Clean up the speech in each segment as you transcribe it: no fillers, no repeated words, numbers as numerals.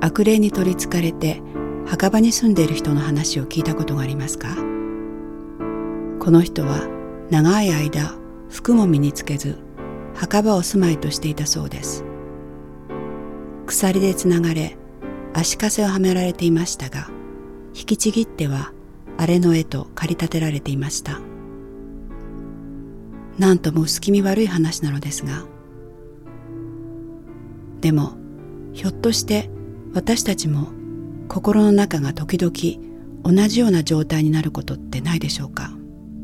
悪霊に取りつかれて墓場に住んでいる人の話を聞いたことがありますか？この人は長い間服も身につけず墓場を住まいとしていたそうです。鎖でつながれ足かせをはめられていましたが、引きちぎっては荒れの絵と駆り立てられていました。なんとも薄気味悪い話なのですが、でもひょっとして私たちも心の中が時々同じような状態になることってないでしょうか。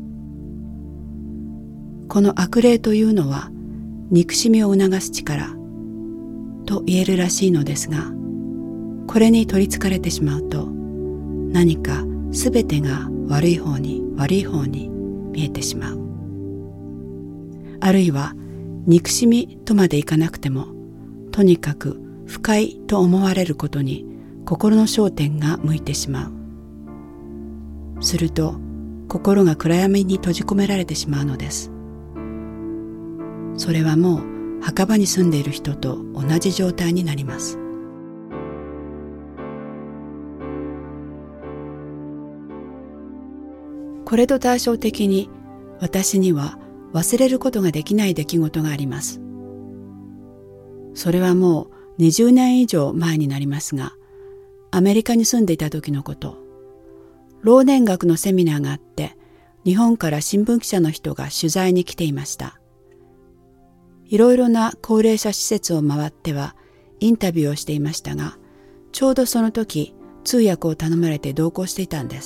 この悪霊というのは憎しみを促す力と言えるらしいのですが、これに取りつかれてしまうと何かすべてが悪い方に見えてしまう。あるいは憎しみとまでいかなくても、とにかく不快と思われることに心の焦点が向いてしまう。すると心が暗闇に閉じ込められてしまうのです。それはもう墓場に住んでいる人と同じ状態になります。これと対照的に私には忘れることができない出来事があります。それはもう20年以上前になりますが、アメリカに住んでいた時のこと。老年学のセミナーがあって、日本から新聞記者の人が取材に来ていました。いろいろな高齢者施設を回ってはインタビューをしていましたが、ちょうどその時通訳を頼まれて同行していたんです。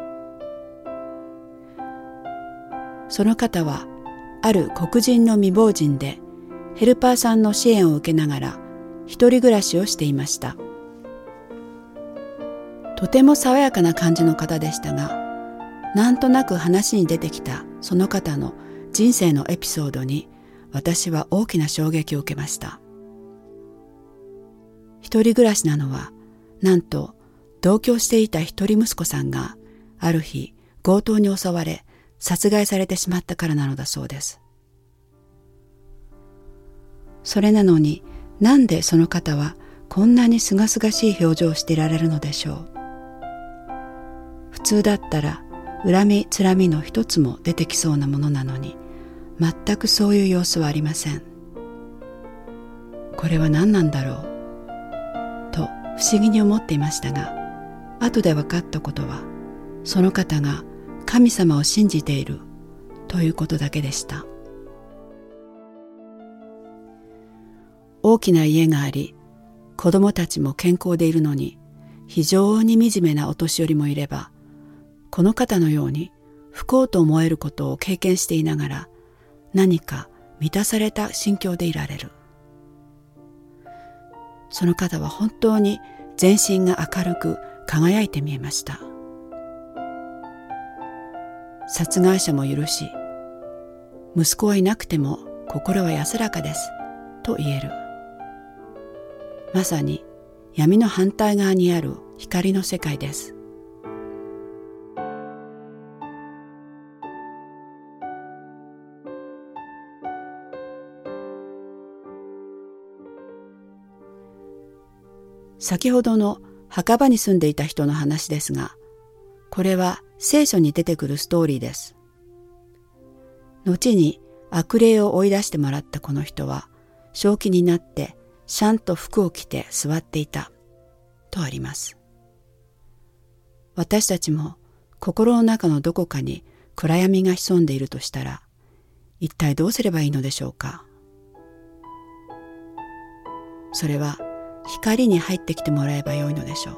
その方はある黒人の未亡人で、ヘルパーさんの支援を受けながら一人暮らしをしていました。とても爽やかな感じの方でしたが、なんとなく話に出てきたその方の人生のエピソードに私は大きな衝撃を受けました。一人暮らしなのは、なんと同居していた一人息子さんがある日強盗に襲われ殺害されてしまったからなのだそうです。それなのに、なんでその方はこんなにすがすがしい表情をしていられるのでしょう。普通だったら恨みつらみの一つも出てきそうなものなのに、全くそういう様子はありません。これは何なんだろうと不思議に思っていましたが、後で分かったことは、その方が神様を信じているということだけでした。大きな家があり、子供たちも健康でいるのに、非常に惨めなお年寄りもいれば、この方のように不幸と思えることを経験していながら、何か満たされた心境でいられる。その方は本当に全身が明るく輝いて見えました。殺害者も許し、息子はいなくても心は安らかですと言える。まさに闇の反対側にある光の世界です。先ほどの墓場に住んでいた人の話ですが、これは聖書に出てくるストーリーです。後に悪霊を追い出してもらったこの人は、正気になってシャンと服を着て座っていたとあります。私たちも心の中のどこかに暗闇が潜んでいるとしたら、一体どうすればいいのでしょうか。それは光に入ってきてもらえばよいのでしょう。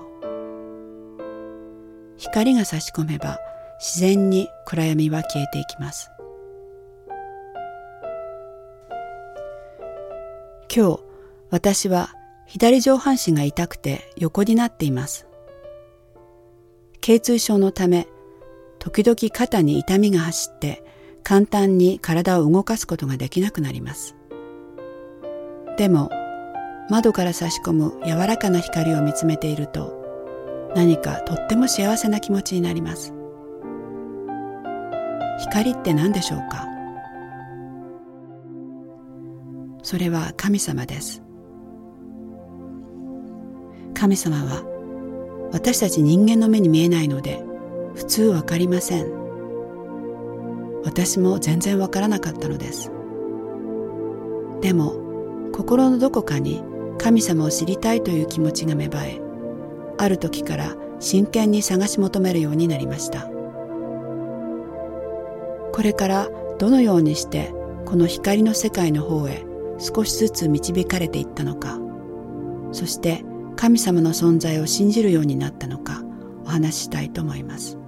光が差し込めば自然に暗闇は消えていきます。今日、私は左上半身が痛くて横になっています。頸椎症のため、時々肩に痛みが走って簡単に体を動かすことができなくなります。でも、窓から差し込む柔らかな光を見つめていると、何かとっても幸せな気持ちになります。光って何でしょうか。それは神様です。 神様は私たち人間の目に見えないので普通わかりません。私も全然わからなかったのです。でも心のどこかに神様を知りたいという気持ちが芽生え、ある時から真剣に探し求めるようになりました。これからどのようにしてこの光の世界の方へ少しずつ導かれていったのか、そして神様の存在を信じるようになったのかお話ししたいと思います。